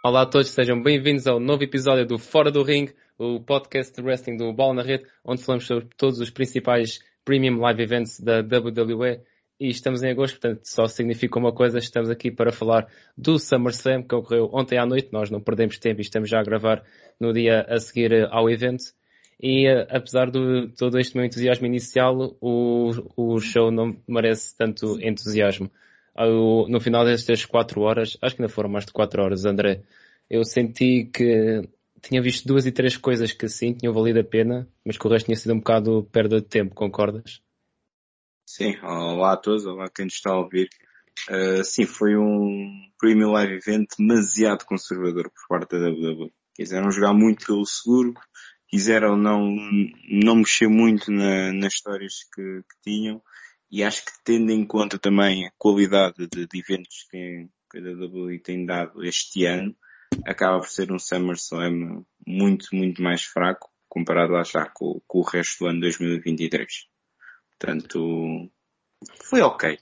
Olá a todos, sejam bem-vindos ao novo episódio do Fora do Ring, o podcast de wrestling do Bola na Rede, onde falamos sobre todos os principais premium live events da WWE. E estamos em agosto, portanto só significa uma coisa, estamos aqui para falar do SummerSlam, que ocorreu ontem à noite. Nós não perdemos tempo e estamos já a gravar no dia a seguir ao evento. E apesar de todo este meu entusiasmo inicial, o show não merece tanto entusiasmo. No final destas 4 horas, acho que ainda foram mais de 4 horas, André, eu senti que tinha visto 2 e 3 coisas que sim, tinham valido a pena, mas que o resto tinha sido um bocado perda de tempo, concordas? Sim, olá a todos, olá a quem nos está a ouvir. Sim, foi um Premium Live Event demasiado conservador por parte da WWE. Quiseram jogar muito pelo seguro, quiseram não mexer muito nas histórias que tinham, e acho que tendo em conta também a qualidade de eventos que a WWE tem dado este ano, acaba por ser um SummerSlam muito mais fraco comparado lá já com o resto do ano 2023. Portanto, foi ok.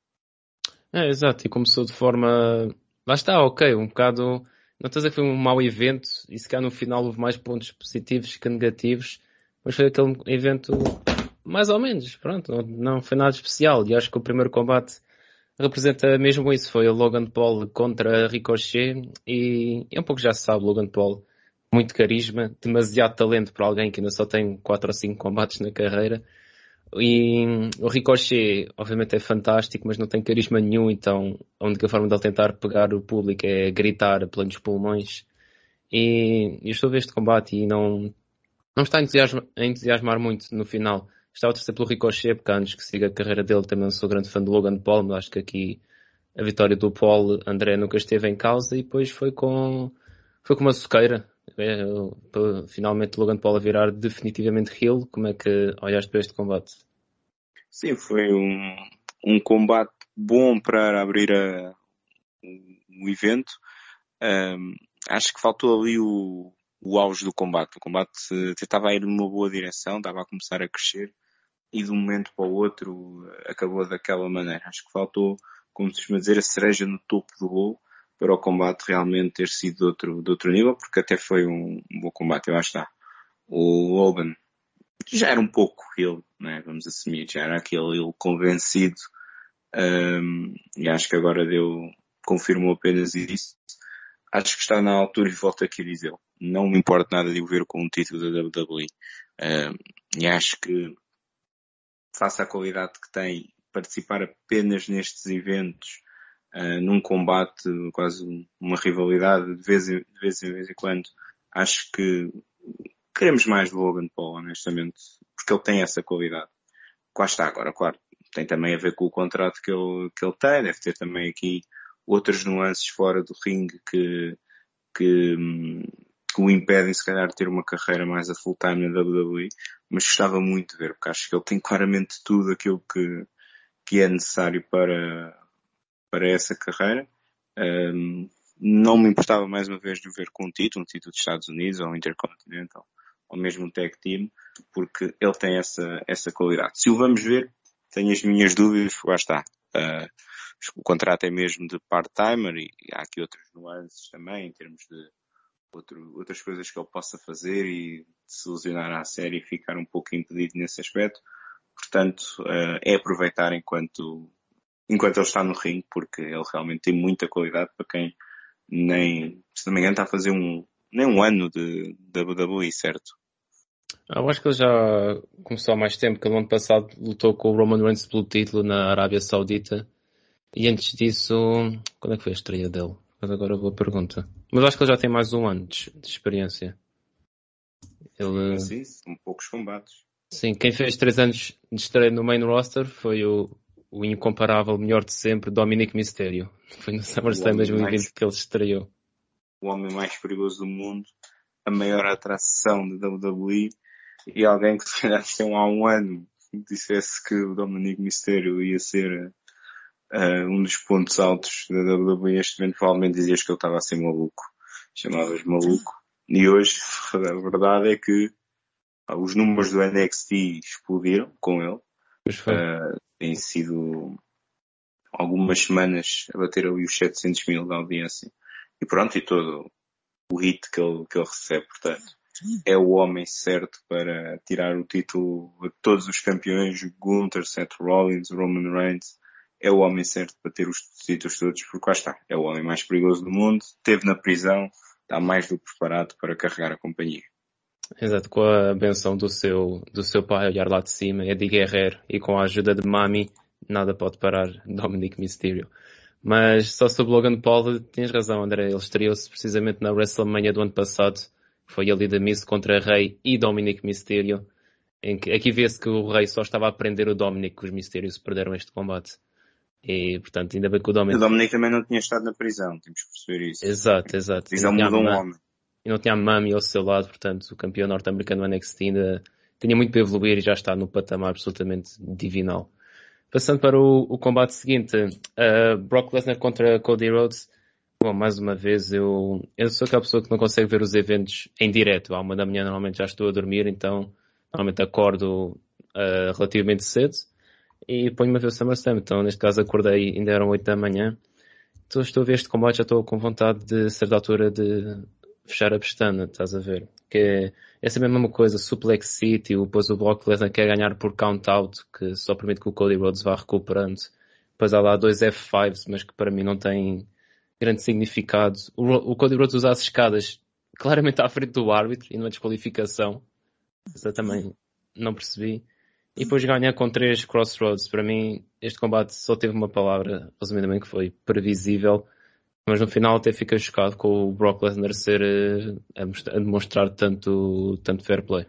Exato, e começou de forma... Lá está, ok, um bocado... Não estou a dizer que foi um mau evento, e se calhar no final houve mais pontos positivos que negativos, mas foi aquele evento mais ou menos, pronto, não foi nada especial, e acho que o primeiro combate representa mesmo isso, foi o Logan Paul contra Ricochet, e um pouco já se sabe, Logan Paul, muito carisma, demasiado talento para alguém que ainda só tem 4 ou 5 combates na carreira. E o Ricochet, obviamente, é fantástico, mas não tem carisma nenhum, então a única forma de ele tentar pegar o público é gritar a plenos pulmões. E eu estou a ver este combate e não está a entusiasmar muito no final. Estava a torcer pelo Ricochet, porque antes que siga a carreira dele, também não sou grande fã do Logan Paul, mas acho que aqui a vitória do Paul André nunca esteve em causa e depois foi com uma soqueira. Finalmente Logan Paul a virar definitivamente heel. Como é que olhaste para este combate? Sim, foi um combate bom para abrir o evento. Acho que faltou ali o auge do combate. O combate estava a ir numa boa direção, estava a começar a crescer e de um momento para o outro acabou daquela maneira. Acho que faltou, como se costuma dizer, a cereja no topo do bolo para o combate realmente ter sido de outro nível, porque até foi um bom combate, eu acho que está. O Logan já era um pouco ele, né? Vamos assumir, já era aquele ele convencido, e acho que agora confirmou apenas isso. Acho que está na altura, e volto aqui a dizer, não me importa nada de o ver com um título da WWE. E acho que, face à qualidade que tem, participar apenas nestes eventos, num combate, quase uma rivalidade, de vez em quando, acho que queremos mais do Logan Paul, honestamente, porque ele tem essa qualidade. Lá está agora, claro, tem também a ver com o contrato que ele tem, deve ter também aqui outras nuances fora do ringue que, que o impedem, se calhar, de ter uma carreira mais a full time na WWE, mas gostava muito de ver, porque acho que ele tem claramente tudo aquilo que é necessário para essa carreira. Não me importava mais uma vez de o ver com um título dos Estados Unidos, ou um Intercontinental, ou mesmo um Tag Team, porque ele tem essa qualidade. Se o vamos ver, tenho as minhas dúvidas, lá está. O contrato é mesmo de part-timer e há aqui outras nuances também, em termos de outras coisas que ele possa fazer e se lesionar à série e ficar um pouco impedido nesse aspecto. Portanto, é aproveitar enquanto ele está no ringue, porque ele realmente tem muita qualidade para quem se não me engano, está a fazer nem um ano de WWE, certo? Eu acho que ele já começou há mais tempo, que ele no ano passado lutou com o Roman Reigns pelo título na Arábia Saudita. E antes disso, quando é que foi a estreia dele? Mas agora boa pergunta. Mas acho que ele já tem mais um ano de experiência. Mesmo Ele, assim, são poucos combates. sim, quem fez 3 anos de estreia no main roster foi o incomparável melhor de sempre, Dominic Mysterio. Foi no O SummerSlam homem 2020 mais, que ele estreou. o homem mais perigoso do mundo, a maior atração da WWE e alguém que se calhar há um ano dissesse que o Dominic Mysterio ia ser um dos pontos altos da WWE, este momento provavelmente dizias que ele estava a ser maluco. Chamavas maluco. E hoje, a verdade é que os números do NXT explodiram com ele. Pois foi. Tem sido algumas semanas a bater ali os 700 mil de audiência. E pronto, e todo o hit que ele recebe, portanto, é o homem certo para tirar o título a todos os campeões, Gunther, Seth Rollins, Roman Reigns, é o homem certo para ter os títulos todos, porque lá está, é o homem mais perigoso do mundo, esteve na prisão, está mais do que preparado para carregar a companhia. Exato, com a benção do seu pai olhar lá de cima, Eddie Guerrero, e com a ajuda de Mami, nada pode parar Dominic Mysterio. Mas só sobre Logan Paul, tens razão, André, ele estreou-se precisamente na WrestleMania do ano passado, foi ali da Miz contra Rey e Dominic Mysterio, em que aqui vê-se que o Rey só estava a prender o Dominic, que os Mysterios perderam este combate. E, portanto, ainda bem que o O Dominic... Dominic também não tinha estado na prisão, temos que perceber isso. Exato. A prisão muda um homem. E não tinha a Mami ao seu lado, portanto, o campeão norte-americano do NXT ainda tinha muito para evoluir e já está no patamar absolutamente divinal. Passando para o combate seguinte, Brock Lesnar contra Cody Rhodes. Bom, mais uma vez, eu sou aquela pessoa que não consegue ver os eventos em direto. À 1 da manhã normalmente já estou a dormir, então normalmente acordo relativamente cedo e ponho-me a ver o SummerSlam. Então, neste caso, acordei, ainda eram 8 da manhã. Então, estou a ver este combate, já estou com vontade de ser da altura de fechar a pestana, estás a ver? Que é sempre a mesma coisa, Suplex City, depois o Brock Lesnar quer ganhar por count-out, que só permite que o Cody Rhodes vá recuperando. Depois há lá 2 F5s, mas que para mim não têm grande significado. O Cody Rhodes usa as escadas claramente à frente do árbitro e numa desqualificação. Isso eu também não percebi. E depois ganhar com 3 Crossroads. Para mim, este combate só teve uma palavra, resumidamente, que foi previsível. Mas no final até fiquei chocado com o Brock Lesnar ser a demonstrar tanto fair play.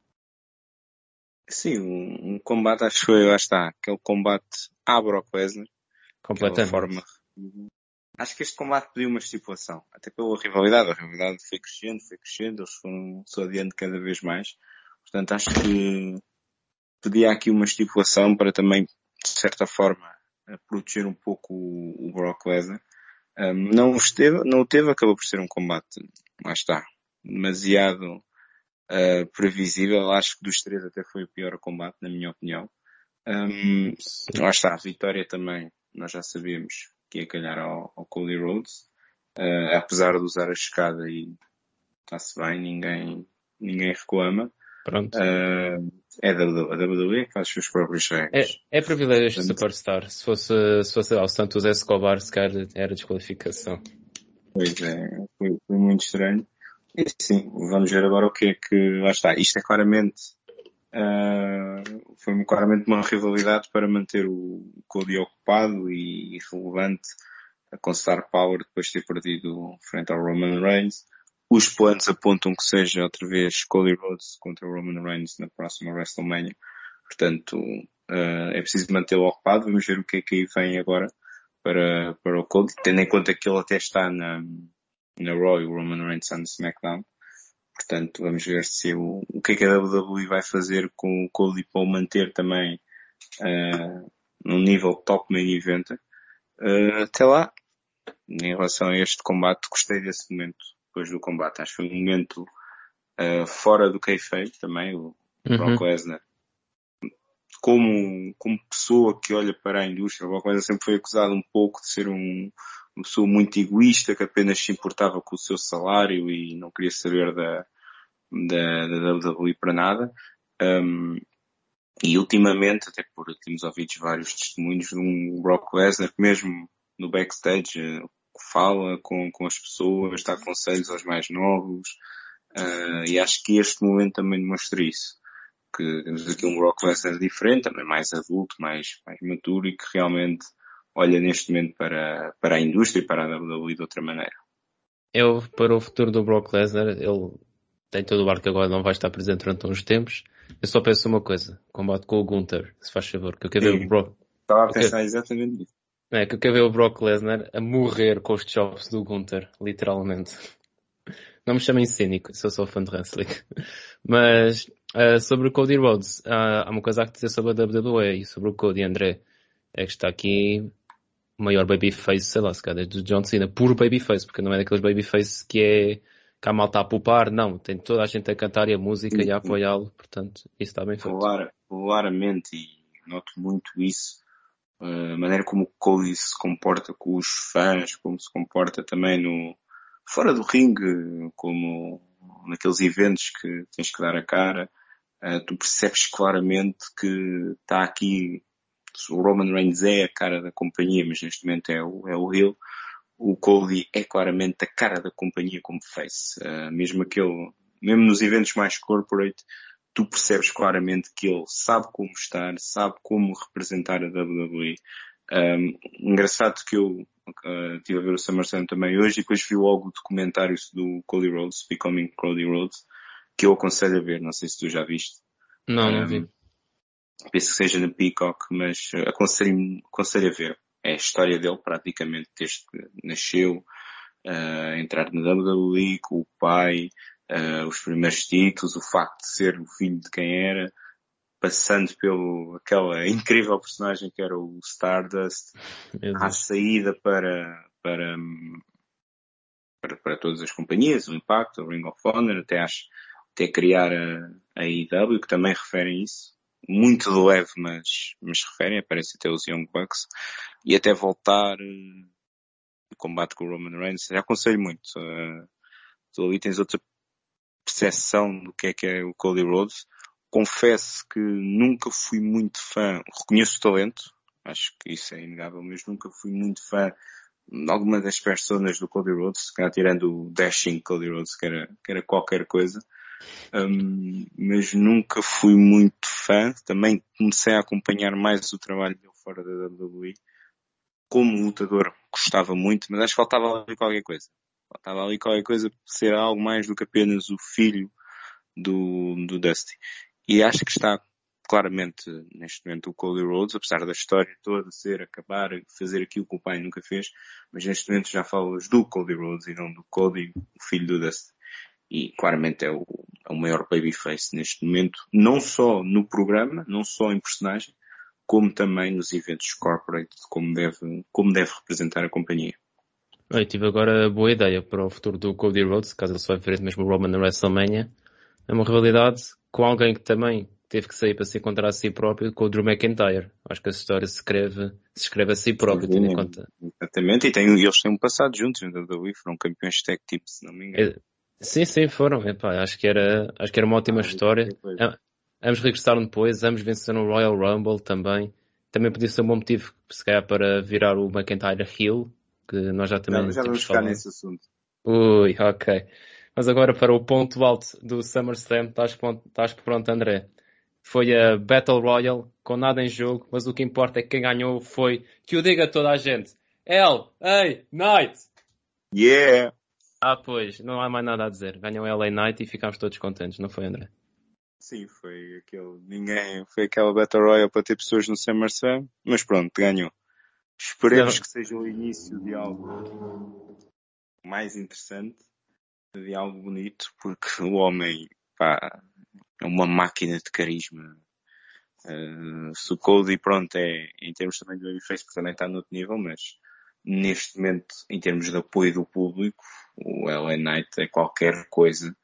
Sim, um combate, acho que foi, lá está, aquele combate à Brock Lesnar, aquela Completamente. forma. Acho que este combate pediu uma estipulação, até pela rivalidade. A rivalidade foi crescendo, eles foram só adiante cada vez mais. Portanto, acho que pedia aqui uma estipulação para também, de certa forma, proteger um pouco o Brock Lesnar. Não o teve, acabou por ser um combate, lá está, demasiado previsível. Acho que dos três até foi o pior combate, na minha opinião. Lá está, a vitória também, nós já sabíamos que ia calhar ao Cody Rhodes. Apesar de usar a escada e está-se bem, ninguém reclama. Pronto. É a WWE que faz os seus próprios regras. É privilégio este Superstar. Se fosse ao Santos Escobar, se calhar era desqualificação. Pois é, foi muito estranho. E sim, vamos ver agora o que é que, lá está. Isto é claramente, foi claramente uma rivalidade para manter o Cody ocupado e relevante, com Star Power depois de ter perdido frente ao Roman Reigns. Os planos apontam que seja outra vez Cody Rhodes contra o Roman Reigns na próxima WrestleMania. Portanto, é preciso mantê-lo ocupado. Vamos ver o que é que aí vem agora para o Cody, tendo em conta que ele até está na Raw e o Roman Reigns está no SmackDown. Portanto, vamos ver se o que é que a WWE vai fazer com o Cody para o manter também num nível top main event. Até lá, em relação a este combate, gostei desse momento depois do combate. Acho que foi um momento fora do kayfabe também, o Brock Lesnar. Como pessoa que olha para a indústria, o Brock Lesnar sempre foi acusado um pouco de ser uma pessoa muito egoísta, que apenas se importava com o seu salário e não queria saber da WWE para nada. E ultimamente, até por temos ouvido vários testemunhos de um Brock Lesnar que mesmo no backstage fala com as pessoas, dá conselhos aos mais novos, e acho que este momento também demonstra isso. Que temos aqui um Brock Lesnar diferente, também mais adulto, mais maduro e que realmente olha neste momento para a indústria e para a WWE de outra maneira. Para o futuro do Brock Lesnar, ele tem todo o ar que agora não vai estar presente durante uns tempos. Eu só peço uma coisa, combate com o Gunther, se faz favor, que eu quero ver o Brock... Estava a pensar exatamente nisso. Que eu quero ver o Brock Lesnar a morrer com os chops do Gunther, literalmente. Não me chamem cínico, eu sou fã de wrestling. Mas sobre o Cody Rhodes, há uma coisa a dizer sobre a WWE e sobre o Cody, André. É que está aqui o maior babyface, sei lá, se calhar desde o John Cena, puro babyface, porque não é daqueles babyface que a malta a poupar, não. Tem toda a gente a cantar e a música e a apoiá-lo, portanto, isso está bem feito. Claramente, e noto muito isso, a maneira como o Cody se comporta com os fãs, como se comporta também fora do ringue, como naqueles eventos que tens que dar a cara, tu percebes claramente que está aqui, o Roman Reigns é a cara da companhia, mas neste momento é o heel. O Cody é claramente a cara da companhia como face. Mesmo nos eventos mais corporate, tu percebes claramente que ele sabe como estar, sabe como representar a WWE. Engraçado que eu estive a ver o SummerSlam também hoje e depois vi logo o documentário do Cody Rhodes, Becoming Cody Rhodes, que eu aconselho a ver, não sei se tu já viste. Não vi. Penso que seja na Peacock, mas aconselho a ver. É a história dele praticamente desde que nasceu, entrar na WWE com o pai, os primeiros títulos, o facto de ser o filho de quem era, passando aquela incrível personagem que era o Stardust, à saída para todas as companhias, o Impact, o Ring of Honor, até criar a AEW, que também referem isso. Muito de leve, mas referem, aparece até os Young Bucks, e até voltar o combate com o Roman Reigns. Já aconselho muito. Tu ali tens outra percepção do que é o Cody Rhodes. Confesso que nunca fui muito fã, reconheço o talento, acho que isso é inegável, mas nunca fui muito fã de alguma das personas do Cody Rhodes, tirando o Dashing Cody Rhodes, que era qualquer coisa. Mas nunca fui muito fã. Também comecei a acompanhar mais o trabalho dele fora da WWE. Como lutador gostava muito, mas acho que faltava ali qualquer coisa. Faltava ali qualquer coisa para ser algo mais do que apenas o filho do Dusty. E acho que está claramente neste momento o Cody Rhodes, apesar da história toda ser acabar, fazer aquilo que o pai nunca fez, mas neste momento já falas do Cody Rhodes e não do Cody, o filho do Dusty. E claramente é o maior babyface neste momento, não só no programa, não só em personagem, como também nos eventos corporate, como deve representar a companhia. Eu tive agora boa ideia para o futuro do Cody Rhodes, caso ele só enfrente mesmo o Roman na WrestleMania. É uma rivalidade com alguém que também teve que sair para se encontrar a si próprio, com o Drew McIntyre. Acho que a história se escreve a si próprio, tendo em conta. Exatamente, e eles têm um passado juntos na WWE, foram campeões de tag team, se não me engano. Sim, foram. Epá, acho que era uma ótima história. Ambos regressaram depois, ambos venceram o Royal Rumble também. Também podia ser um bom motivo, se calhar, para virar o McIntyre heel, que nós já também já temos vamos ficar falado. nesse assunto. Ui, ok. Mas agora para o ponto alto do SummerSlam, estás pronto, André? Foi a Battle Royale, com nada em jogo, mas o que importa é que quem ganhou foi, que o diga toda a gente, LA Knight! Yeah! Pois, não há mais nada a dizer. Ganhou LA Knight e ficámos todos contentes, não foi, André? Sim, foi aquela Battle Royale para ter pessoas no SummerSlam, mas pronto, ganhou. Esperemos que seja o início de algo mais interessante, de algo bonito, porque o homem, pá, é uma máquina de carisma. Se o Cody, pronto, em termos também de babyface, porque também está no outro nível, mas neste momento, em termos de apoio do público, o LA Knight é qualquer coisa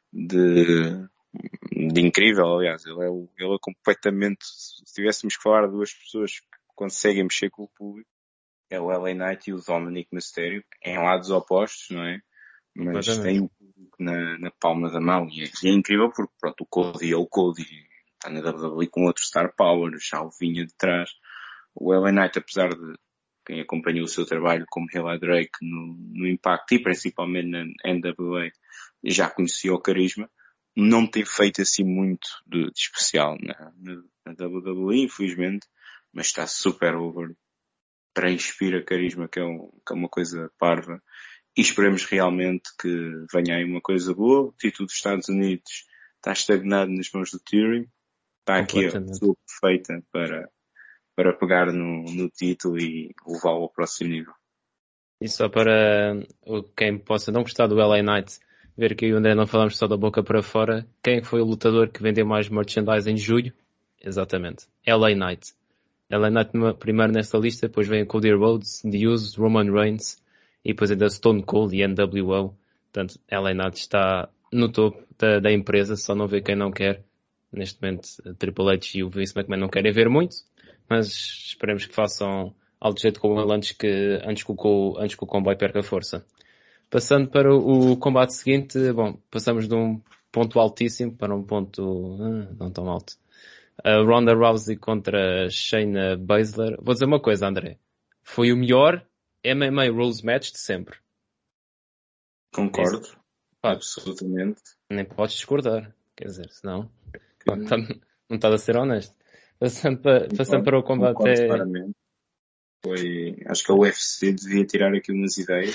de incrível, aliás. Ele é completamente, se tivéssemos que falar de duas pessoas que conseguem mexer com o público, é o LA Knight e o Dominic Mysterio, em lados opostos, não é? Mas tem o público na palma da mão e é incrível porque, pronto, o Cody é o Cody, está na WWE com outro Star Power, já o vinha de trás. O LA Knight, apesar de quem acompanhou o seu trabalho como Hela Drake no Impact e principalmente na NWA, já conhecia o carisma, não tem feito assim muito de especial na WWE, infelizmente, mas está super over, transpira carisma, que é uma coisa parva, e esperemos realmente que venha aí uma coisa boa. O título dos Estados Unidos está estagnado nas mãos do Theory, está aqui a pessoa perfeita para pegar no título e levá-lo ao próximo nível. E só para quem possa não gostar do LA Knight, ver que eu e o André não falamos só da boca para fora, quem foi o lutador que vendeu mais merchandise em julho? Exatamente, LA Knight. LA Knight primeiro nesta lista, depois vem Cody Rhodes, The Usos, Roman Reigns e depois ainda Stone Cold e NWO. Portanto, LA Knight está no topo da empresa, só não vê quem não quer. Neste momento, Triple H e o Vince McMahon não querem ver muito, mas esperemos que façam algo de jeito com ele antes que o comboio perca força. Passando para o combate seguinte, bom, passamos de um ponto altíssimo para um ponto não tão alto. Ronda Rousey contra Shayna Baszler. Vou dizer uma coisa, André. Foi o melhor MMA Rules Match de sempre. Concordo. Absolutamente. Nem podes discordar. Quer dizer, senão não estás a ser honesto. Passando para o combate. Concordo claramente. Acho que a UFC devia tirar aqui umas ideias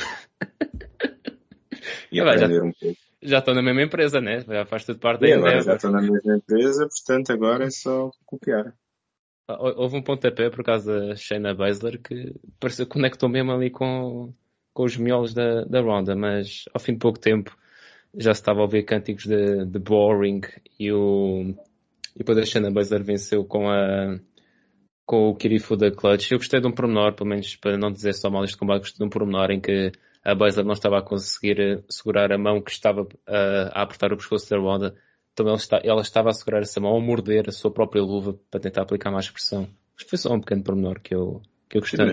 e aprender um pouco. Já estou na mesma empresa, né? Já faz tudo parte da Endeavor. Já estou na mesma empresa, portanto agora é só copiar. Houve um pontapé por causa da Shayna Baszler que pareceu que conectou mesmo ali com os miolos da Ronda, mas ao fim de pouco tempo já se estava a ouvir cânticos de boring e depois a Shayna Baszler venceu com o Kirifuda Clutch. Eu gostei de um pormenor, pelo menos para não dizer só mal este combate, gostei de um pormenor em que a Baszler não estava a conseguir segurar a mão que estava a apertar o pescoço da Ronda. Então ela estava a segurar essa mão, a morder a sua própria luva para tentar aplicar mais pressão. Mas foi só um pequeno pormenor que eu gostei.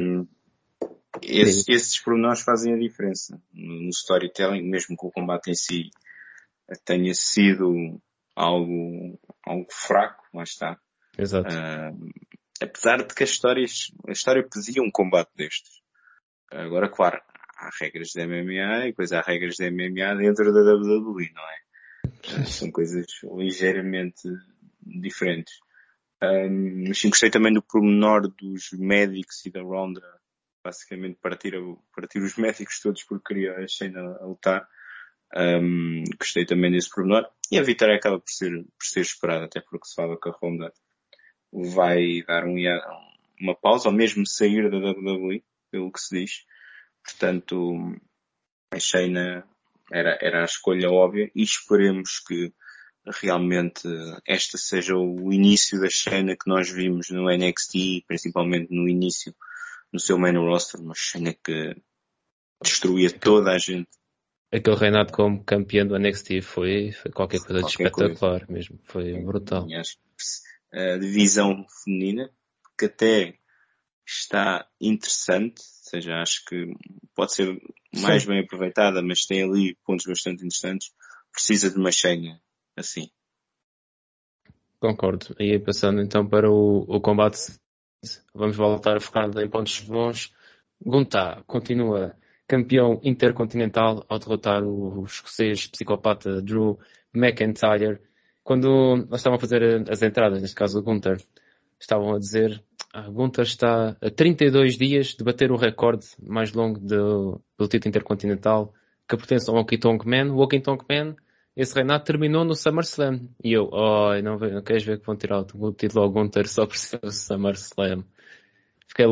Esses pormenores fazem a diferença no storytelling, mesmo que o combate em si tenha sido algo fraco, lá está. Exato. Apesar de que a história pedia um combate destes. Agora, claro, há regras de MMA e depois há regras de MMA dentro da WWE, não é? São coisas ligeiramente diferentes. Mas sim, gostei também do pormenor dos médicos e da Ronda, basicamente partir os médicos todos porque queria a Shayna a lutar. Gostei também desse pormenor. E a vitória acaba por ser esperada, até porque se fala que a Ronda vai dar uma pausa, ou mesmo sair da WWE, pelo que se diz. Portanto, a Shayna era a escolha óbvia e esperemos que realmente esta seja o início da Shayna que nós vimos no NXT, principalmente no início, no seu main roster, uma Shayna que destruía toda a gente. Aquele reinado como campeão do NXT foi qualquer coisa de espetacular mesmo, foi brutal. A divisão feminina, que até está interessante, ou seja, acho que pode ser mais bem aproveitada, mas tem ali pontos bastante interessantes, precisa de uma Shayna assim. Concordo. E passando então para o combate, vamos voltar a focar em pontos bons. Gunther continua campeão intercontinental ao derrotar o escocês psicopata Drew McIntyre. Quando eles estavam a fazer as entradas, neste caso o Gunther, estavam a dizer Gunther está a 32 dias de bater o recorde mais longo do título intercontinental que pertence ao Honky Tonk Man. O Honky Tonk Man, esse reinado terminou no SummerSlam. E eu, não queres ver que vão tirar o título ao Gunther só por ser o SummerSlam. Fiquei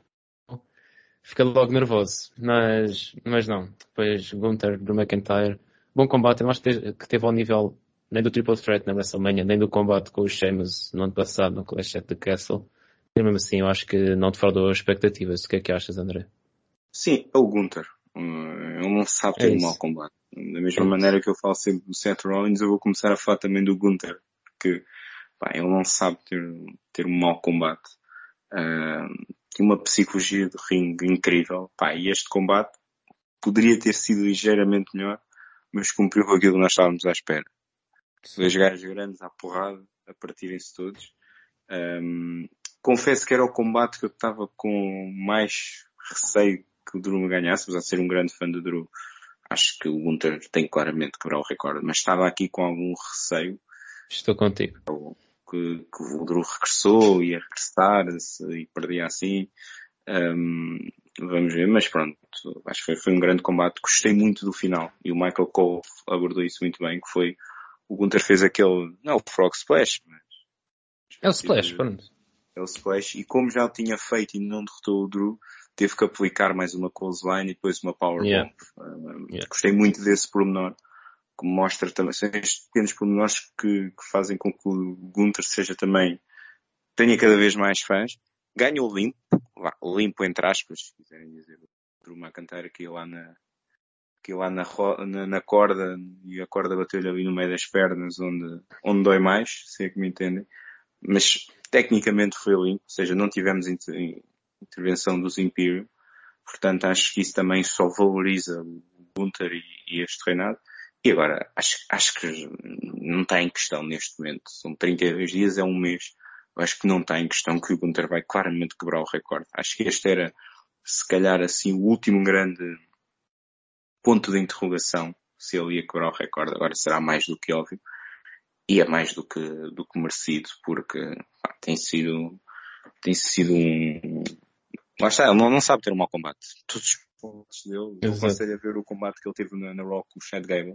logo nervoso, mas não. Depois Gunther do McIntyre, bom combate. Eu não acho que teve ao nível nem do Triple Threat na WrestleMania, nem do combate com os Sheamus no ano passado no Clash at the Castle. E mesmo assim, eu acho que não defraudou as expectativas. O que é que achas, André? Sim, é o Gunther. Ele não sabe ter um mau combate. Da mesma maneira que eu falo sempre do Seth Rollins, eu vou começar a falar também do Gunther, que ele não sabe ter um mau combate. Tem uma psicologia de ringue incrível. E este combate poderia ter sido ligeiramente melhor, mas cumpriu com aquilo que nós estávamos à espera. Dois gajos grandes à porrada, a partirem-se todos. Confesso que era o combate que eu estava com mais receio que o Drew me ganhasse, apesar de ser um grande fã do Drew. Acho que o Gunther tem claramente que quebrar o recorde, mas estava aqui com algum receio. Estou contigo. Que o Drew regressou, ia regressar e perdia assim. Vamos ver, mas pronto, acho que foi um grande combate. Gostei muito do final e o Michael Cole abordou isso muito bem, que foi o Gunther fez o Frog Splash, mas é o Splash, pronto. É o Splash, e como já o tinha feito e não derrotou o Drew, teve que aplicar mais uma clothesline e depois uma powerbomb. Gostei muito desse pormenor, que mostra também, são estes pequenos pormenores que fazem com que o Gunther tenha cada vez mais fãs. Ganha o limpo entre aspas, se quiserem dizer, o Drew McIntyre aqui lá na corda, e a corda bateu-lhe ali no meio das pernas, onde dói mais, se é que me entendem. Mas tecnicamente foi limpo, ou seja, não tivemos intervenção dos Imperium, portanto acho que isso também só valoriza o Gunther e este reinado. E agora, acho que não está em questão neste momento. São 32 dias, é um mês. Eu acho que não está em questão que o Gunther vai claramente quebrar o recorde. Acho que este era, se calhar, assim, o último grande ponto de interrogação, se ele ia quebrar o recorde. Agora será mais do que óbvio. E é mais do que merecido, porque tem sido um... Lá está, ele não sabe ter um mau combate. Todos os pontos dele, eu aconselho a ver o combate que ele teve na Raw com o Chad Gable.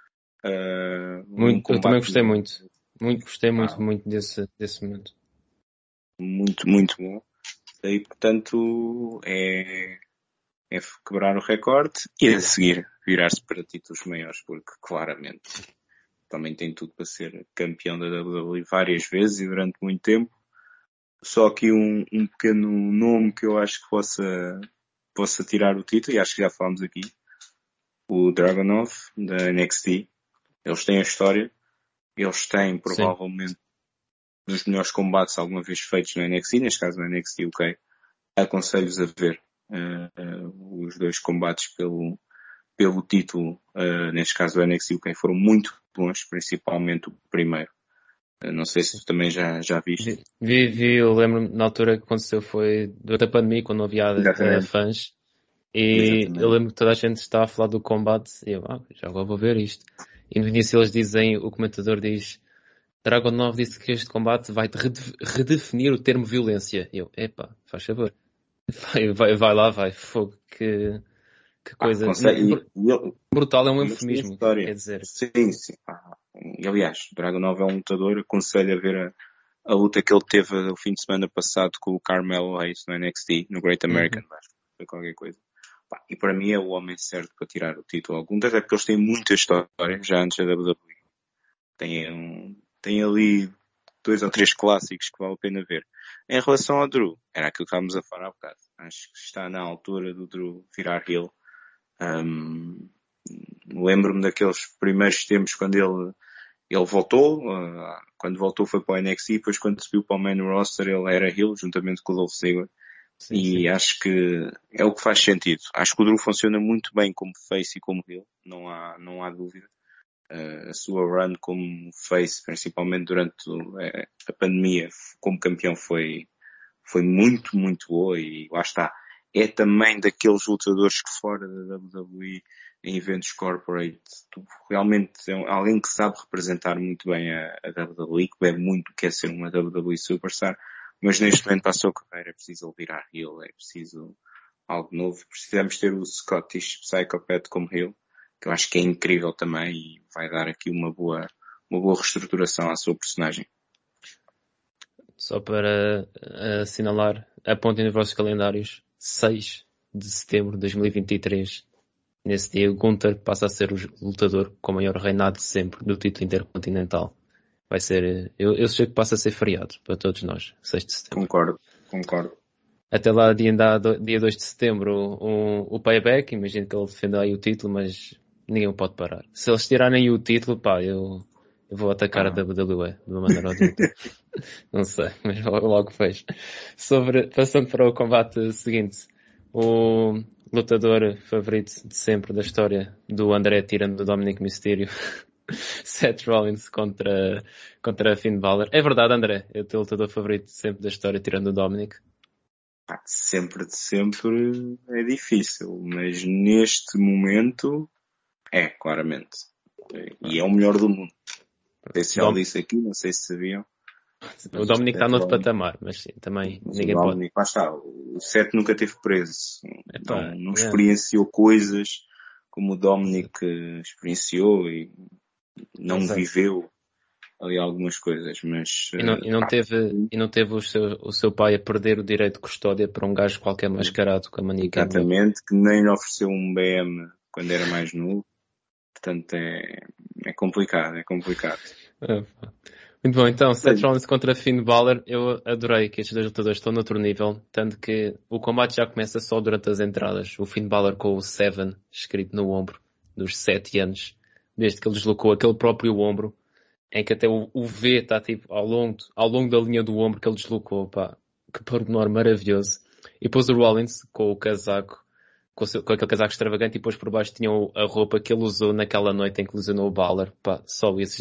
Eu também gostei muito. Gostei muito desse momento. Muito, muito bom. E, portanto, é quebrar o recorde e a seguir virar-se para títulos maiores, porque claramente também tem tudo para ser campeão da WWE várias vezes e durante muito tempo. Só aqui um pequeno nome que eu acho que possa tirar o título, e acho que já falámos aqui, o Dragunov, da NXT. Eles têm a história, eles têm provavelmente dos melhores combates alguma vez feitos no NXT, neste caso no NXT UK. Aconselho-vos a ver os dois combates pelo título, neste caso do NXT UK, foram muito bons, principalmente o primeiro. Não sei se tu também já viste. Vi, eu lembro na altura que aconteceu foi durante a pandemia, quando não havia fãs. E exatamente. Eu lembro que toda a gente estava a falar do combate e eu, já agora vou ver isto. E no início eles dizem, o comentador diz, Dragunov disse que este combate vai redefinir o termo violência. E eu, faz favor. Vai lá, fogo, que coisa. Brutal é um eufemismo, quer dizer. Sim. E, aliás, Dragunov é um lutador, aconselho a ver a luta que ele teve o fim de semana passado com o Carmelo Hayes no NXT, no Great American Bash. Foi qualquer coisa. E para mim é o homem certo para tirar o título. Alguns até porque eles têm muita história, já antes da WWE. Tem ali 2 ou 3 clássicos que vale a pena ver. Em relação ao Drew, era aquilo que estávamos a falar há bocado. Acho que está na altura do Drew virar heel. Lembro-me daqueles primeiros tempos quando ele voltou. Quando voltou foi para o NXT, depois quando subiu para o main roster ele era heel, juntamente com o Dolph Ziggler. Sim. Acho que é o que faz sentido. Acho que o Drew funciona muito bem como face e como heel, não há dúvida. A sua run como face, principalmente durante a pandemia, como campeão foi muito, muito boa e lá está. É também daqueles lutadores que fora da WWE, em eventos corporate, realmente é alguém que sabe representar muito bem a WWE, que bebe muito quer ser uma WWE Superstar, mas neste momento para a sua carreira é preciso ele virar heel, é preciso algo novo. Precisamos ter o Scottish Psychopath como heel, que eu acho que é incrível também e vai dar aqui uma boa reestruturação à sua personagem. Só para assinalar, apontem nos vossos calendários, 6 de setembro de 2023. Nesse dia, Gunther passa a ser o lutador com o maior reinado de sempre do título intercontinental. Vai ser, eu sei que passa a ser feriado para todos nós, 6 de setembro. Concordo. Até lá, dia 2 de setembro, o payback, imagino que ele defenda aí o título, mas ninguém pode parar. Se eles tirarem o título, eu vou atacar a WWE de uma maneira ou de outra. Não sei, mas logo fez. Passando para o combate seguinte, o lutador favorito de sempre da história do André tirando do Dominic Mysterio, Seth Rollins contra Finn Balor. É verdade, André, é o teu lutador favorito de sempre da história tirando o Dominic? De sempre é difícil, mas neste momento claramente. E é o melhor do mundo. Não sei se já disse aqui, não sei se sabiam. O Dominic está noutro patamar, mas sim, também ninguém o Dominic, pode. Lá está, o Seth nunca esteve preso. Não experienciou coisas como o Dominic experienciou e não viveu ali algumas coisas, mas... E não teve o seu pai a perder o direito de custódia para um gajo qualquer mascarado com a manica. Exatamente, que nem lhe ofereceu um BM quando era mais novo. Portanto, é complicado. Muito bom, então, Seth Rollins contra Finn Balor, eu adorei que estes dois lutadores estão noutro nível, tanto que o combate já começa só durante as entradas. O Finn Balor com o 7 escrito no ombro, dos 7 anos, desde que ele deslocou aquele próprio ombro, em que até o V está tipo ao longo da linha do ombro que ele deslocou, que pormenor maravilhoso. E depois o Rollins com o casaco com aquele casaco extravagante e depois por baixo tinha a roupa que ele usou naquela noite em que lesionou o Balor. Pá, só isso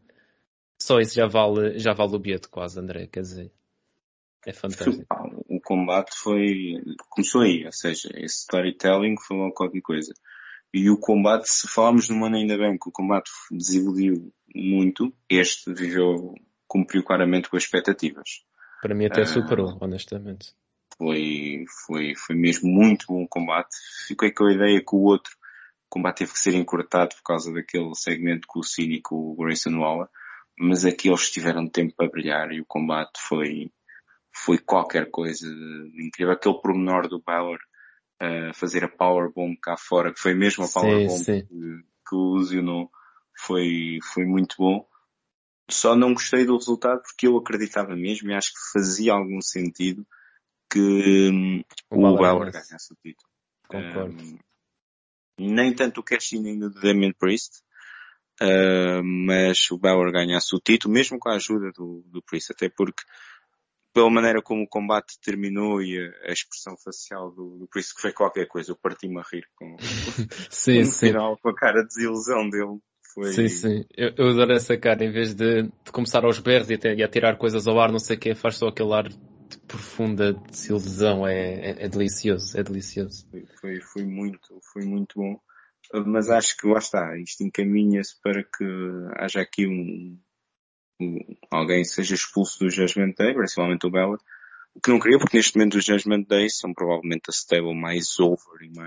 já vale o bilhete quase, André, quer dizer, é fantástico. O combate começou aí, ou seja, esse storytelling foi logo qualquer coisa. E o combate, se falarmos no Money in the Bank, o combate desiludiu muito, cumpriu claramente com as expectativas. Para mim até superou, honestamente. Foi mesmo muito bom o combate. Fiquei com a ideia que o combate teve que ser encurtado por causa daquele segmento com o Cena e com o Grayson Waller, mas aqui eles tiveram tempo para brilhar e o combate foi qualquer coisa de incrível. Aquele pormenor do Balor fazer a powerbomb cá fora, que foi mesmo a powerbomb que o lesionou, foi muito bom. Só não gostei do resultado porque eu acreditava mesmo e acho que fazia algum sentido que o Balor ganhasse o título. Concordo. Nem tanto o cash-in ainda do Damian Priest, mas o Balor ganhasse o título, mesmo com a ajuda do Priest, até porque pela maneira como o combate terminou e a expressão facial do Priest, que foi qualquer coisa, eu parti-me a rir no final, com a cara de desilusão dele. Sim. Eu adoro essa cara, em vez de começar aos berros e a tirar coisas ao ar, não sei o quê, faz só aquele ar de profunda desilusão, é delicioso, é delicioso. Foi muito bom, mas acho que lá está, isto encaminha-se para que haja aqui alguém seja expulso do Judgment Day, principalmente o Balor, o que não queria, porque neste momento os Judgment Day são provavelmente a stable mais over e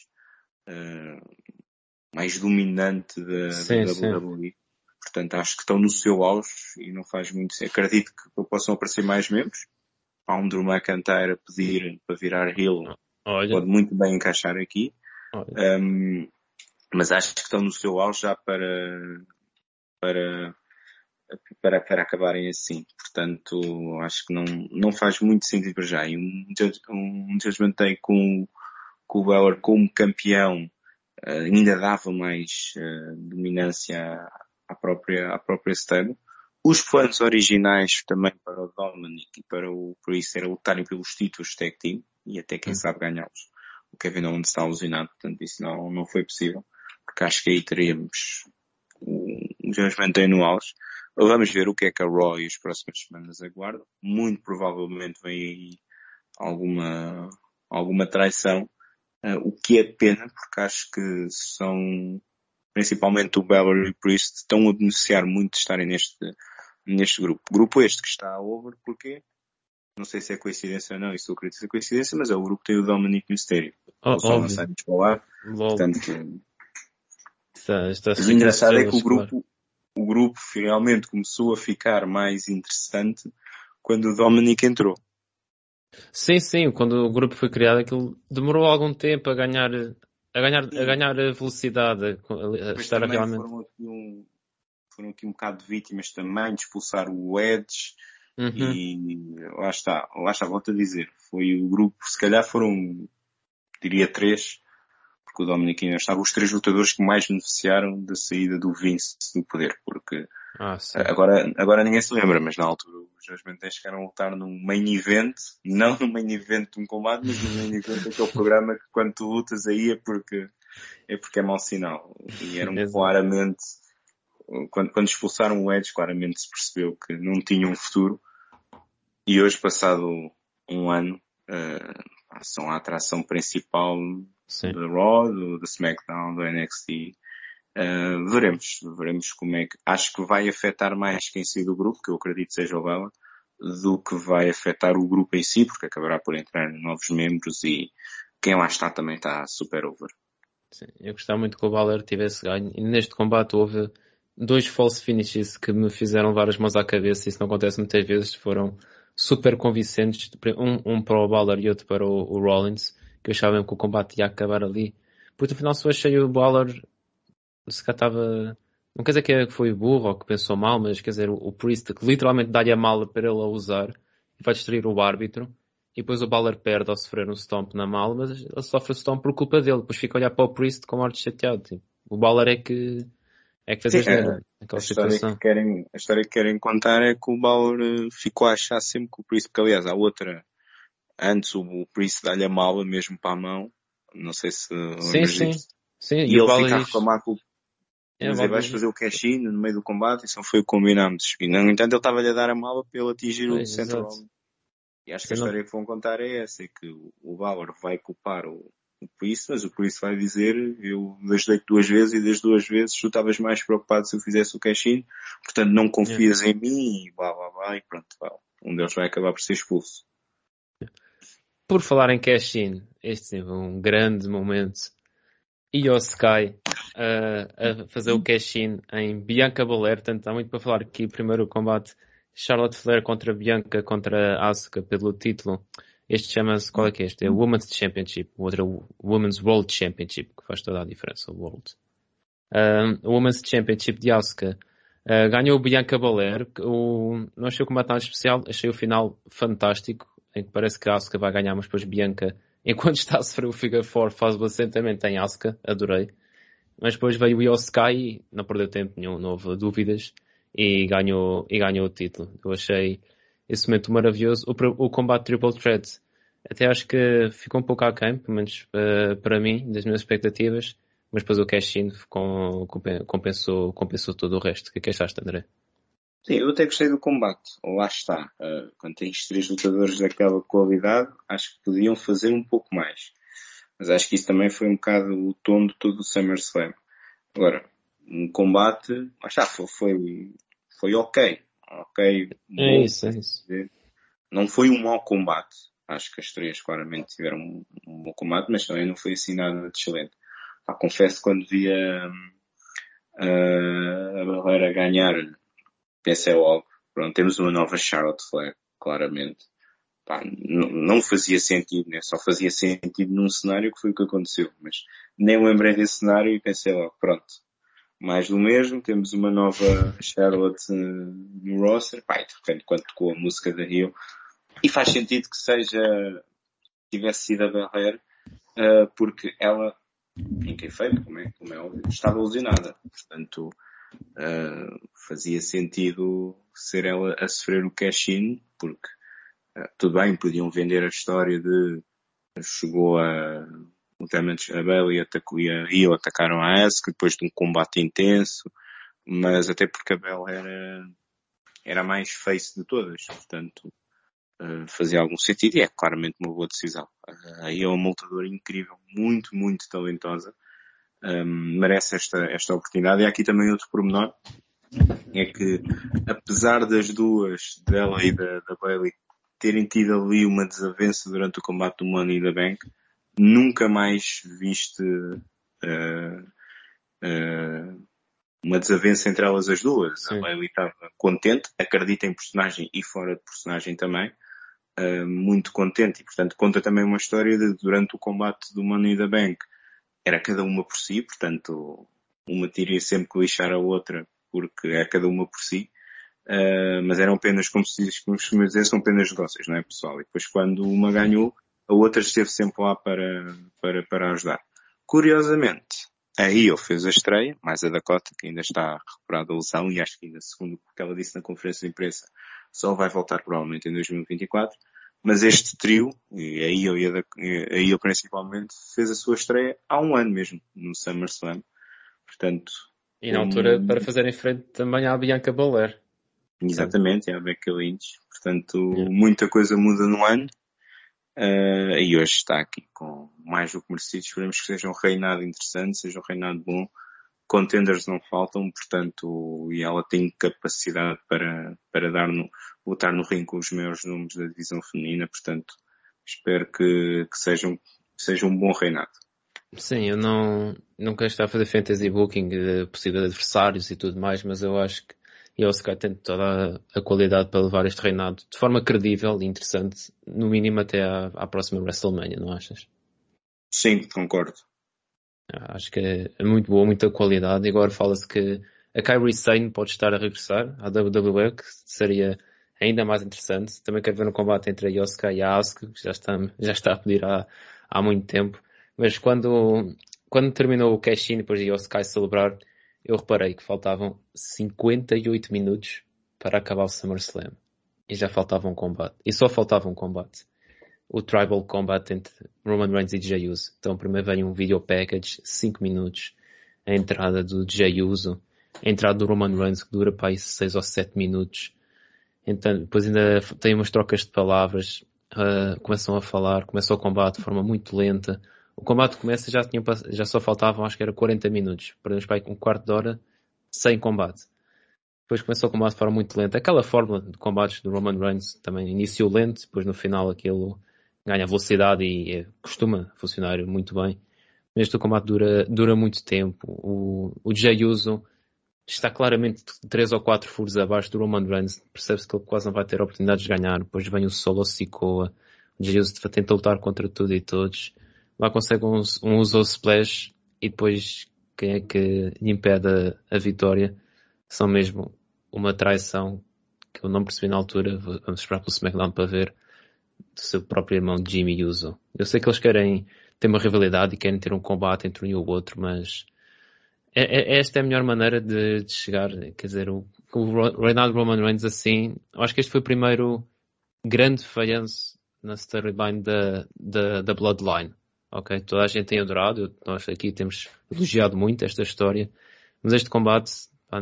mais dominante da WWE. Portanto, acho que estão no seu auge e não faz muito sentido. Acredito que possam aparecer mais membros. Há um Drew McIntyre a pedir para virar heel. Pode muito bem encaixar aqui. Mas acho que estão no seu auge já para acabarem assim. Portanto, acho que não faz muito sentido para já. E um Judgment Day com o Balor como campeão ainda dava mais dominância à própria stable. Os planos originais também para o Dominic e para o Priest era lutarem pelos títulos tag team e até quem sabe ganhá-los. O Kevin Owens está alucinado, portanto isso não foi possível, porque acho que aí teríamos um Judgment Day no auge. Vamos ver o que é que a Raw e as próximas semanas aguardam. Muito provavelmente vem aí alguma traição. O que é pena, porque acho que são, principalmente o Balor e o Priest, estão a beneficiar muito de estarem neste grupo. Grupo este que está over, porque não sei se é coincidência ou não, isso eu acredito ser coincidência, mas é o grupo que tem o Dominic Mysterio. Ou só lançados para lá. Portanto, mas o engraçado é que o grupo finalmente começou a ficar mais interessante quando o Dominic entrou. Sim, quando o grupo foi criado, aquilo demorou algum tempo a ganhar velocidade, a estar realmente. Foram aqui um bocado de vítimas também de expulsar o Edge e lá está, volto a dizer, foi o grupo, se calhar foram, diria 3, porque o Dominic ainda estava, os 3 lutadores que mais beneficiaram da saída do Vince do poder, porque agora ninguém se lembra, mas na altura os Judgment Day chegaram a lutar num main event, não no main event de um combate, mas no main event daquele programa que quando tu lutas aí é porque é mau sinal. E eram claramente, quando expulsaram o Edge, claramente se percebeu que não tinham um futuro. E hoje, passado um ano, são a atração principal da Raw, do SmackDown, do NXT. Veremos como é que, acho que vai afetar mais quem sair do grupo, que eu acredito seja o Balor, do que vai afetar o grupo em si, porque acabará por entrar novos membros e quem lá está também está super over. Sim, eu gostava muito que o Balor tivesse ganho, e neste combate houve 2 false finishes que me fizeram levar as mãos à cabeça, isso não acontece muitas vezes, foram super convincentes, um para o Balor e outro para o Rollins, que eu achava que o combate ia acabar ali. Porque no final só achei o Balor, se cá estava, não quer dizer que foi burro ou que pensou mal, mas quer dizer, o Priest que literalmente dá-lhe a mala para ele a usar e vai destruir o árbitro. E depois o Balor perde ao sofrer um stomp na mala, mas ele sofre o stomp por culpa dele. Depois fica a olhar para o Priest com ar de chateado. Tipo, o Balor é que fez aquela situação. A história que querem contar é que o Balor ficou a achar sempre que o Priest, porque aliás há outra, antes o Priest dá-lhe a mala mesmo para a mão, Não sei se Sim, lembras sim. disso. Sim, E e o ele Balor fica a diz... reclamar com o É, o dizer, Balor vais diz... fazer o cash-in no meio do combate, isso não foi o que combinámos. E, no entanto, ele estava-lhe a dar a mala para ele atingir o Pois, Seth exato. Rollins. E acho que a Se não... história que vão contar é essa, é que o Balor vai culpar o Priest, mas o Priest vai dizer, eu ajudei-te 2 vezes e das 2 vezes tu estavas mais preocupado se eu fizesse o cash-in, portanto não Yeah. confias em mim, e blá blá blá, e pronto, blá. Um deles vai acabar por ser expulso. Por falar em cash-in, este sim foi um grande momento. Io Sky a fazer o cash-in em Bianca Belair. Portanto, há muito para falar aqui. Primeiro o combate Charlotte Flair contra Bianca contra Asuka pelo título. Este chama-se, qual é que é este? É o Women's Championship. O outro é o Women's World Championship, que faz toda a diferença, o World. O Women's Championship de Asuka. Ganhou Bianca Belair. Não achei o combate nada especial. Achei o final fantástico, em que parece que a Asuka vai ganhar, mas depois Bianca, enquanto está a sofrer o Figure 4, faz o assentamento em Asuka. Adorei. Mas depois veio o Io Sky e não perdeu tempo nenhum, não houve dúvidas, e ganhou o título. Eu achei esse momento maravilhoso. O combate Triple Threat até acho que ficou um pouco aquém, pelo menos para mim, das minhas expectativas, mas depois o cash-in compensou todo o resto. O que é que achaste, André? Sim, eu até gostei do combate. Lá está. Quando tens 3 lutadores daquela qualidade, acho que podiam fazer um pouco mais. Mas acho que isso também foi um bocado o tom de todo o SummerSlam. Agora, um combate, lá está, foi ok. Ok, É bom. isso, é isso. Não foi um mau combate. Acho que as três claramente tiveram um bom combate, mas também não foi assim nada de excelente. Pá, confesso que quando vi a Barreira ganhar, pensei logo, pronto, temos uma nova Charlotte Flair, claramente. Pá, não fazia sentido, né? Só fazia sentido num cenário que foi o que aconteceu, mas nem me lembrei desse cenário e pensei logo, pronto, mais do mesmo, temos uma nova Charlotte no roster, pá, e de repente quando tocou a música da Rio, e faz sentido que tivesse sido a Barreira, porque ela, em quem foi, como é óbvio, estava lesionada, portanto, fazia sentido ser ela a sofrer o cash-in, porque tudo bem, podiam vender a história de chegou o Damage, a Bayley atacou e a Io atacaram a Asuka depois de um combate intenso, mas até porque a Bella era a mais face de todas, portanto fazia algum sentido e é claramente uma boa decisão. A Io é uma lutadora incrível, muito, muito talentosa, merece esta oportunidade. E há aqui também outro pormenor, é que apesar das duas, dela e da Bayley, terem tido ali uma desavença durante o combate do Money in the Bank, nunca mais viste uma desavença entre elas as duas. A Sim. Bayley estava contente, acredita em personagem e fora de personagem também, muito contente e portanto conta também uma história de durante o combate do Money in the Bank era cada uma por si, portanto uma teria sempre que lixar a outra porque é cada uma por si. Mas eram apenas, como se costuma dizer, são apenas negócios, não é pessoal? E depois quando uma ganhou, a outra esteve sempre lá para ajudar. Curiosamente, a Io fez a estreia, mais a Dakota, que ainda está recuperada da lesão, e acho que ainda segundo o que ela disse na conferência de imprensa, só vai voltar provavelmente em 2024. Mas este trio, e a Io e a Io principalmente, fez a sua estreia há um ano mesmo, no SummerSlam. Portanto, E na altura para fazer em frente também à Bianca Belair. Portanto, exatamente, é a Becky Lynch. Portanto, yeah. muita coisa muda no ano. E hoje está aqui com mais do que merecido. Esperemos que seja um reinado interessante, seja um reinado bom. Contenders não faltam, portanto, e ela tem capacidade para lutar no ringue com os maiores nomes da divisão feminina. Portanto, espero que seja um bom reinado. Sim, eu não quero estar a fazer fantasy booking de possíveis adversários e tudo mais, mas eu acho que ele se calhar tem toda a qualidade para levar este reinado de forma credível e interessante, no mínimo até à próxima WrestleMania, não achas? Sim, concordo. Acho que é muito boa, muita qualidade. E agora fala-se que a Kairi Sane pode estar a regressar à WWE, que seria ainda mais interessante. Também quero ver um combate entre a Yosuka e a Asuka, que já está a pedir há muito tempo. Mas quando terminou o cash-in depois de Yosuka celebrar, eu reparei que faltavam 58 minutos para acabar o SummerSlam. E já faltava um combate. E só faltava um combate. o Tribal Combat entre Roman Reigns e Jey Uso. Então primeiro vem um video package, 5 minutos, a entrada do Jey Uso, a entrada do Roman Reigns que dura para aí 6 ou 7 minutos. Então, depois ainda tem umas trocas de palavras, começam a falar, começa o combate de forma muito lenta. O combate começa, já só faltavam, acho que era 40 minutos. Perdemos para aí um quarto de hora sem combate. Depois começou o combate de forma muito lenta. Aquela fórmula de combates do Roman Reigns também iniciou lento, depois no final aquilo ganha velocidade e costuma funcionar muito bem. Mas este combate dura muito tempo. O Jey Uso está claramente 3 ou 4 furos abaixo do Roman Reigns. Percebe-se que ele quase não vai ter a oportunidade de ganhar. Depois vem o Solo Sikoa. O Jey Uso tenta lutar contra tudo e todos. Lá consegue um Uso Splash e depois quem é que lhe impede a vitória? São mesmo uma traição que eu não percebi na altura. Vamos esperar pelo SmackDown para ver, do seu próprio irmão Jimmy Uso. Eu sei que eles querem ter uma rivalidade e querem ter um combate entre um e o outro, mas esta é a melhor maneira de chegar. Quer dizer, o reinado de Roman Reigns assim, eu acho que este foi o primeiro grande falhanço na storyline da Bloodline. Ok, toda a gente tem adorado, nós aqui temos elogiado muito esta história, mas este combate, pá,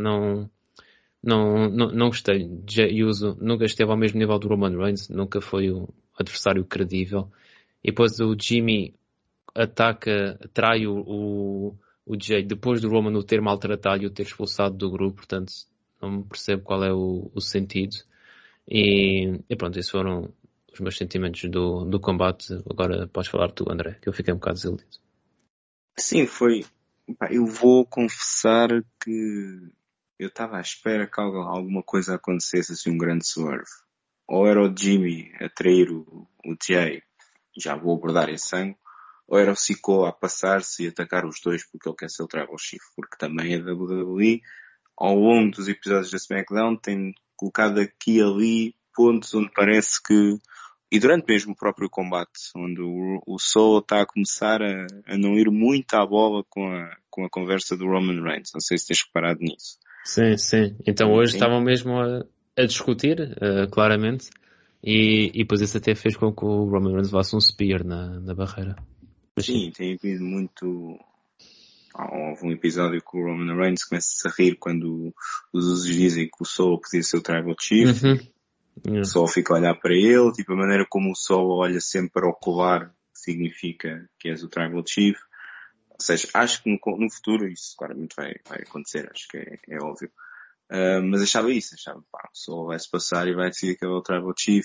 não gostei. Jey Uso nunca esteve ao mesmo nível do Roman Reigns, nunca foi um adversário credível. E depois o Jimmy trai o Jey depois do Roman o ter maltratado e o ter expulsado do grupo, portanto não percebo qual é o sentido. E pronto, esses foram os meus sentimentos do combate. Agora podes falar tu, André, que eu fiquei um bocado desiludido. Sim, foi. Pá, eu vou confessar que eu estava à espera que alguma coisa acontecesse, assim, um grande swerve. Ou era o Jimmy a trair o Jay, já vou abordar esse ângulo, ou era o Sikoa a passar-se e atacar os dois porque ele quer ser o Tribal Chief, porque também a WWE, ao longo dos episódios da SmackDown, tem colocado aqui e ali pontos onde parece que, e durante mesmo o próprio combate, onde o Solo está a começar a não ir muito à bola com a conversa do Roman Reigns. Não sei se tens reparado nisso. Sim, sim. Então hoje estavam mesmo a discutir, claramente, e depois isso até fez com que o Roman Reigns levasse um spear na barreira. Mas sim, tem havido muito. Houve um episódio que o Roman Reigns começa a rir quando os usos dizem que o Solo podia ser o Tribal Chief. O Solo fica a olhar para ele, tipo a maneira como o Solo olha sempre para o colar significa que és o Tribal Chief. Ou seja, acho que no futuro isso claramente vai acontecer, acho que é óbvio. Mas achava, pá, o Solo vai-se passar e vai decidir que é o Tribal Chief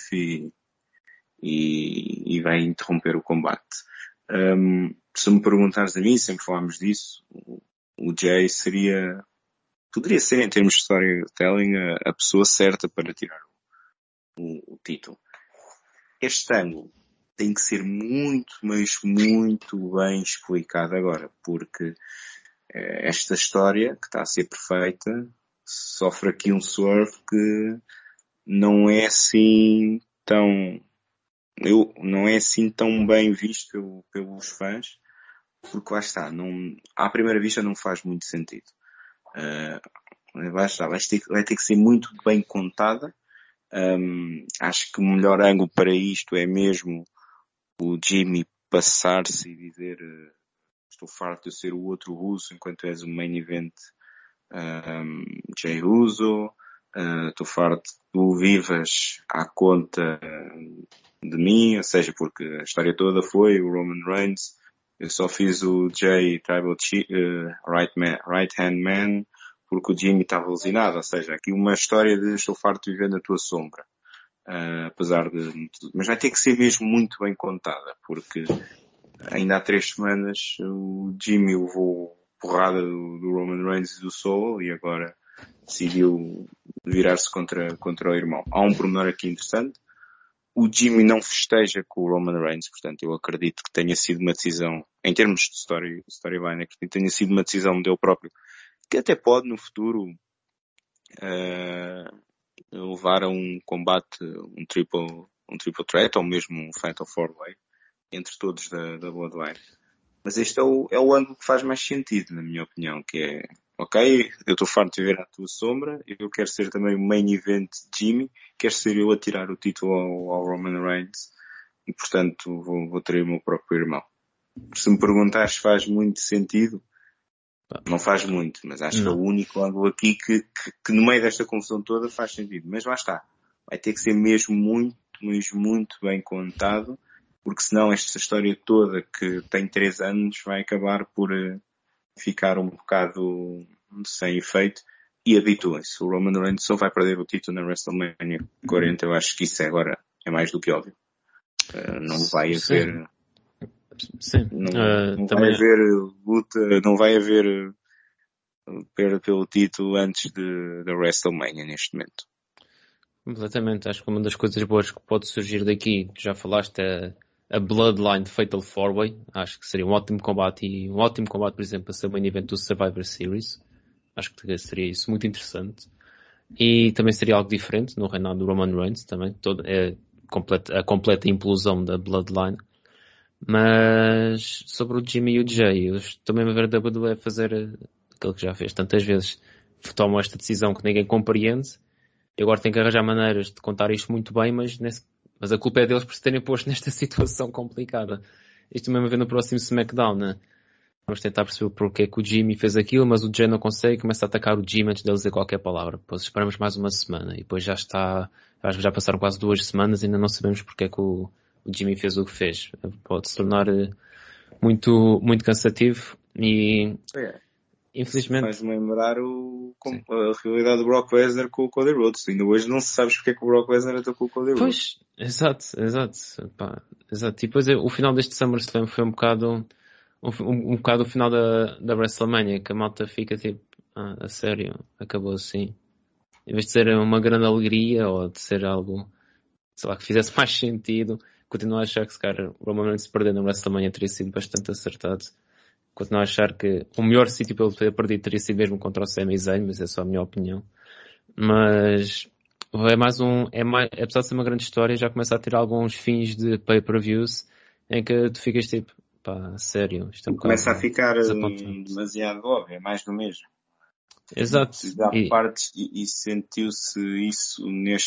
e vai interromper o combate. Se me perguntares a mim, sempre falámos disso, o Jay poderia ser em termos de storytelling a pessoa certa para tirar o título. Este ângulo tem que ser muito, mas muito bem explicado agora, porque esta história, que está a ser perfeita, sofre aqui um swerve que não é assim tão bem visto pelos fãs, porque lá está, à primeira vista não faz muito sentido. Lá está, vai ter que ser muito bem contada. Acho que o melhor ângulo para isto é mesmo o Jimmy passar-se e dizer estou farto de ser o outro Uso enquanto és o main event Jey Uso. Estou farto que tu vivas à conta de mim, ou seja, porque a história toda foi o Roman Reigns, eu só fiz o Jay Tribal Chief, Right Hand Man porque o Jimmy estava alucinado, ou seja, aqui uma história de estou farto de viver na tua sombra. Apesar de... Mas vai ter que ser mesmo muito bem contada, porque ainda há 3 semanas o Jimmy levou porrada do Roman Reigns e do Solo e agora decidiu virar-se contra o irmão. Há um pormenor aqui interessante. O Jimmy não festeja com o Roman Reigns, portanto eu acredito que tenha sido uma decisão, em termos de storyline, acredito que tenha sido uma decisão dele próprio, que até pode no futuro levar a um combate, um triple threat, ou mesmo um Fatal 4-Way, entre todos da Bloodline. Mas este é o ângulo que faz mais sentido, na minha opinião, que é, ok, eu estou farto de viver à tua sombra, eu quero ser também o main event de Jimmy, quero ser eu a tirar o título ao Roman Reigns, e portanto vou ter o meu próprio irmão. Se me perguntares se faz muito sentido, não faz muito, mas acho que é o único ângulo aqui que no meio desta confusão toda faz sentido. Mas lá está. Vai ter que ser mesmo muito bem contado, porque senão esta história toda que tem 3 anos vai acabar por ficar um bocado sem efeito. E habituem-se. O Roman Reigns só vai perder o título na WrestleMania 40. Eu acho que isso agora é mais do que óbvio. Não vai haver... Sim. Não vai haver luta, não vai haver perda pelo título antes da WrestleMania neste momento. Completamente. Acho que uma das coisas boas que pode surgir daqui, já falaste, a Bloodline Fatal 4-Way. Acho que seria um ótimo combate e um ótimo combate, por exemplo, para ser o main event do Survivor Series. Acho que seria isso muito interessante. E também seria algo diferente no reinado do Roman Reigns também. A completa implosão da Bloodline. Mas sobre o Jimmy e o Jay, eu estou mesmo a ver a WWE fazer aquilo que já fez tantas vezes. Tomam esta decisão que ninguém compreende. E agora tem que arranjar maneiras de contar isto muito bem, mas a culpa é deles por se terem posto nesta situação complicada. Isto mesmo a ver no próximo SmackDown, né? Vamos tentar perceber porque é que o Jimmy fez aquilo, mas o Jay não consegue e começa a atacar o Jimmy antes dele dizer qualquer palavra. Depois esperamos mais uma semana e depois já passaram quase 2 semanas e ainda não sabemos porque é que o Jimmy fez o que fez. Pode se tornar muito, muito cansativo e infelizmente... Faz-me lembrar a realidade do Brock Lesnar com o Cody Rhodes. Ainda hoje não se sabe porque é que o Brock Lesnar está com o Cody Rhodes. Pois, exato. E depois o final deste SummerSlam foi um bocado o final da WrestleMania, que a malta fica tipo, a sério, acabou assim. Em vez de ser uma grande alegria ou de ser algo, sei lá, que fizesse mais sentido, continuo a achar que se calhar o Roman Reigns perder na WrestleMania teria sido bastante acertado. Continuo a achar que o melhor sítio para ele ter perdido teria sido mesmo contra o Sami Zayn, mas é só a minha opinião. Mas apesar de ser uma grande história, já começa a ter alguns fins de pay-per-views em que tu ficas tipo, pá, sério, isto é um começa a ficar demasiado óbvio, é mais do mesmo. Exato. E sentiu-se isso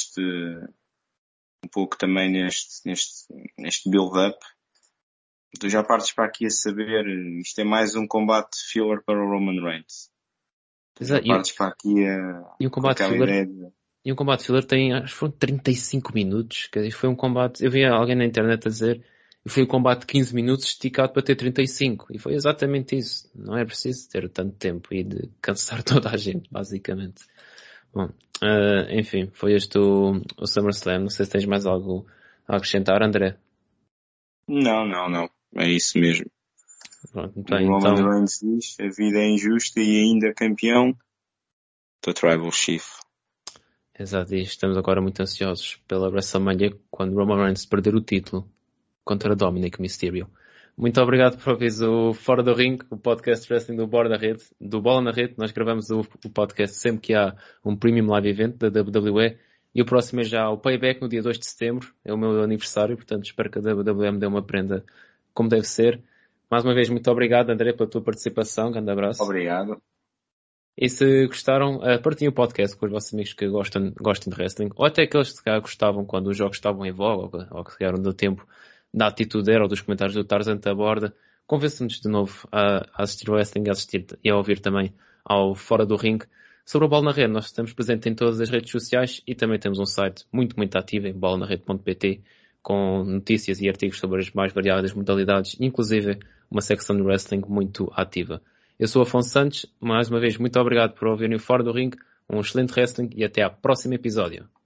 um pouco também neste build-up. Tu já partes para aqui a saber, isto é mais um combate filler para o Roman Reigns. Exato. Já partes para aqui e um combate filler, e um combate filler tem, acho que foram 35 minutos. Quer dizer, foi um combate, eu vi alguém na internet a dizer, foi um combate de 15 minutos esticado para ter 35. E foi exatamente isso. Não é preciso ter tanto tempo e de cansar toda a gente, basicamente. Bom, enfim, foi este o SummerSlam. Não sei se tens mais algo a acrescentar, André. Não. É isso mesmo. Pronto, o Roman Reigns diz, a vida é injusta e ainda campeão da Tribal Chief. Exato, e estamos agora muito ansiosos pela WrestleMania quando Roman Reigns perder o título contra Dominic Mysterio. Muito obrigado por ouvir o Fora do Ring, o podcast wrestling do Bola na Rede. Nós gravamos o podcast sempre que há um Premium Live Event da WWE. E o próximo é já o Payback no dia 2 de setembro. É o meu aniversário, portanto espero que a WWE me dê uma prenda como deve ser. Mais uma vez, muito obrigado, André, pela tua participação. Grande abraço. Obrigado. E se gostaram, partilhem o podcast com os vossos amigos que gostem de wrestling, ou até aqueles que gostavam quando os jogos estavam em voga, ou que chegaram do tempo da Atitude Era ou dos comentários do Tarzan da Borda. Convençam-nos de novo a assistir ao wrestling e a ouvir também ao Fora do Ring. Sobre o Bola na Rede, nós estamos presentes em todas as redes sociais e também temos um site muito, muito ativo em bolanarede.pt com notícias e artigos sobre as mais variadas modalidades, inclusive uma secção de wrestling muito ativa. Eu sou Afonso Santos, mais uma vez muito obrigado por ouvirem o Fora do Ring, um excelente wrestling e até ao próximo episódio.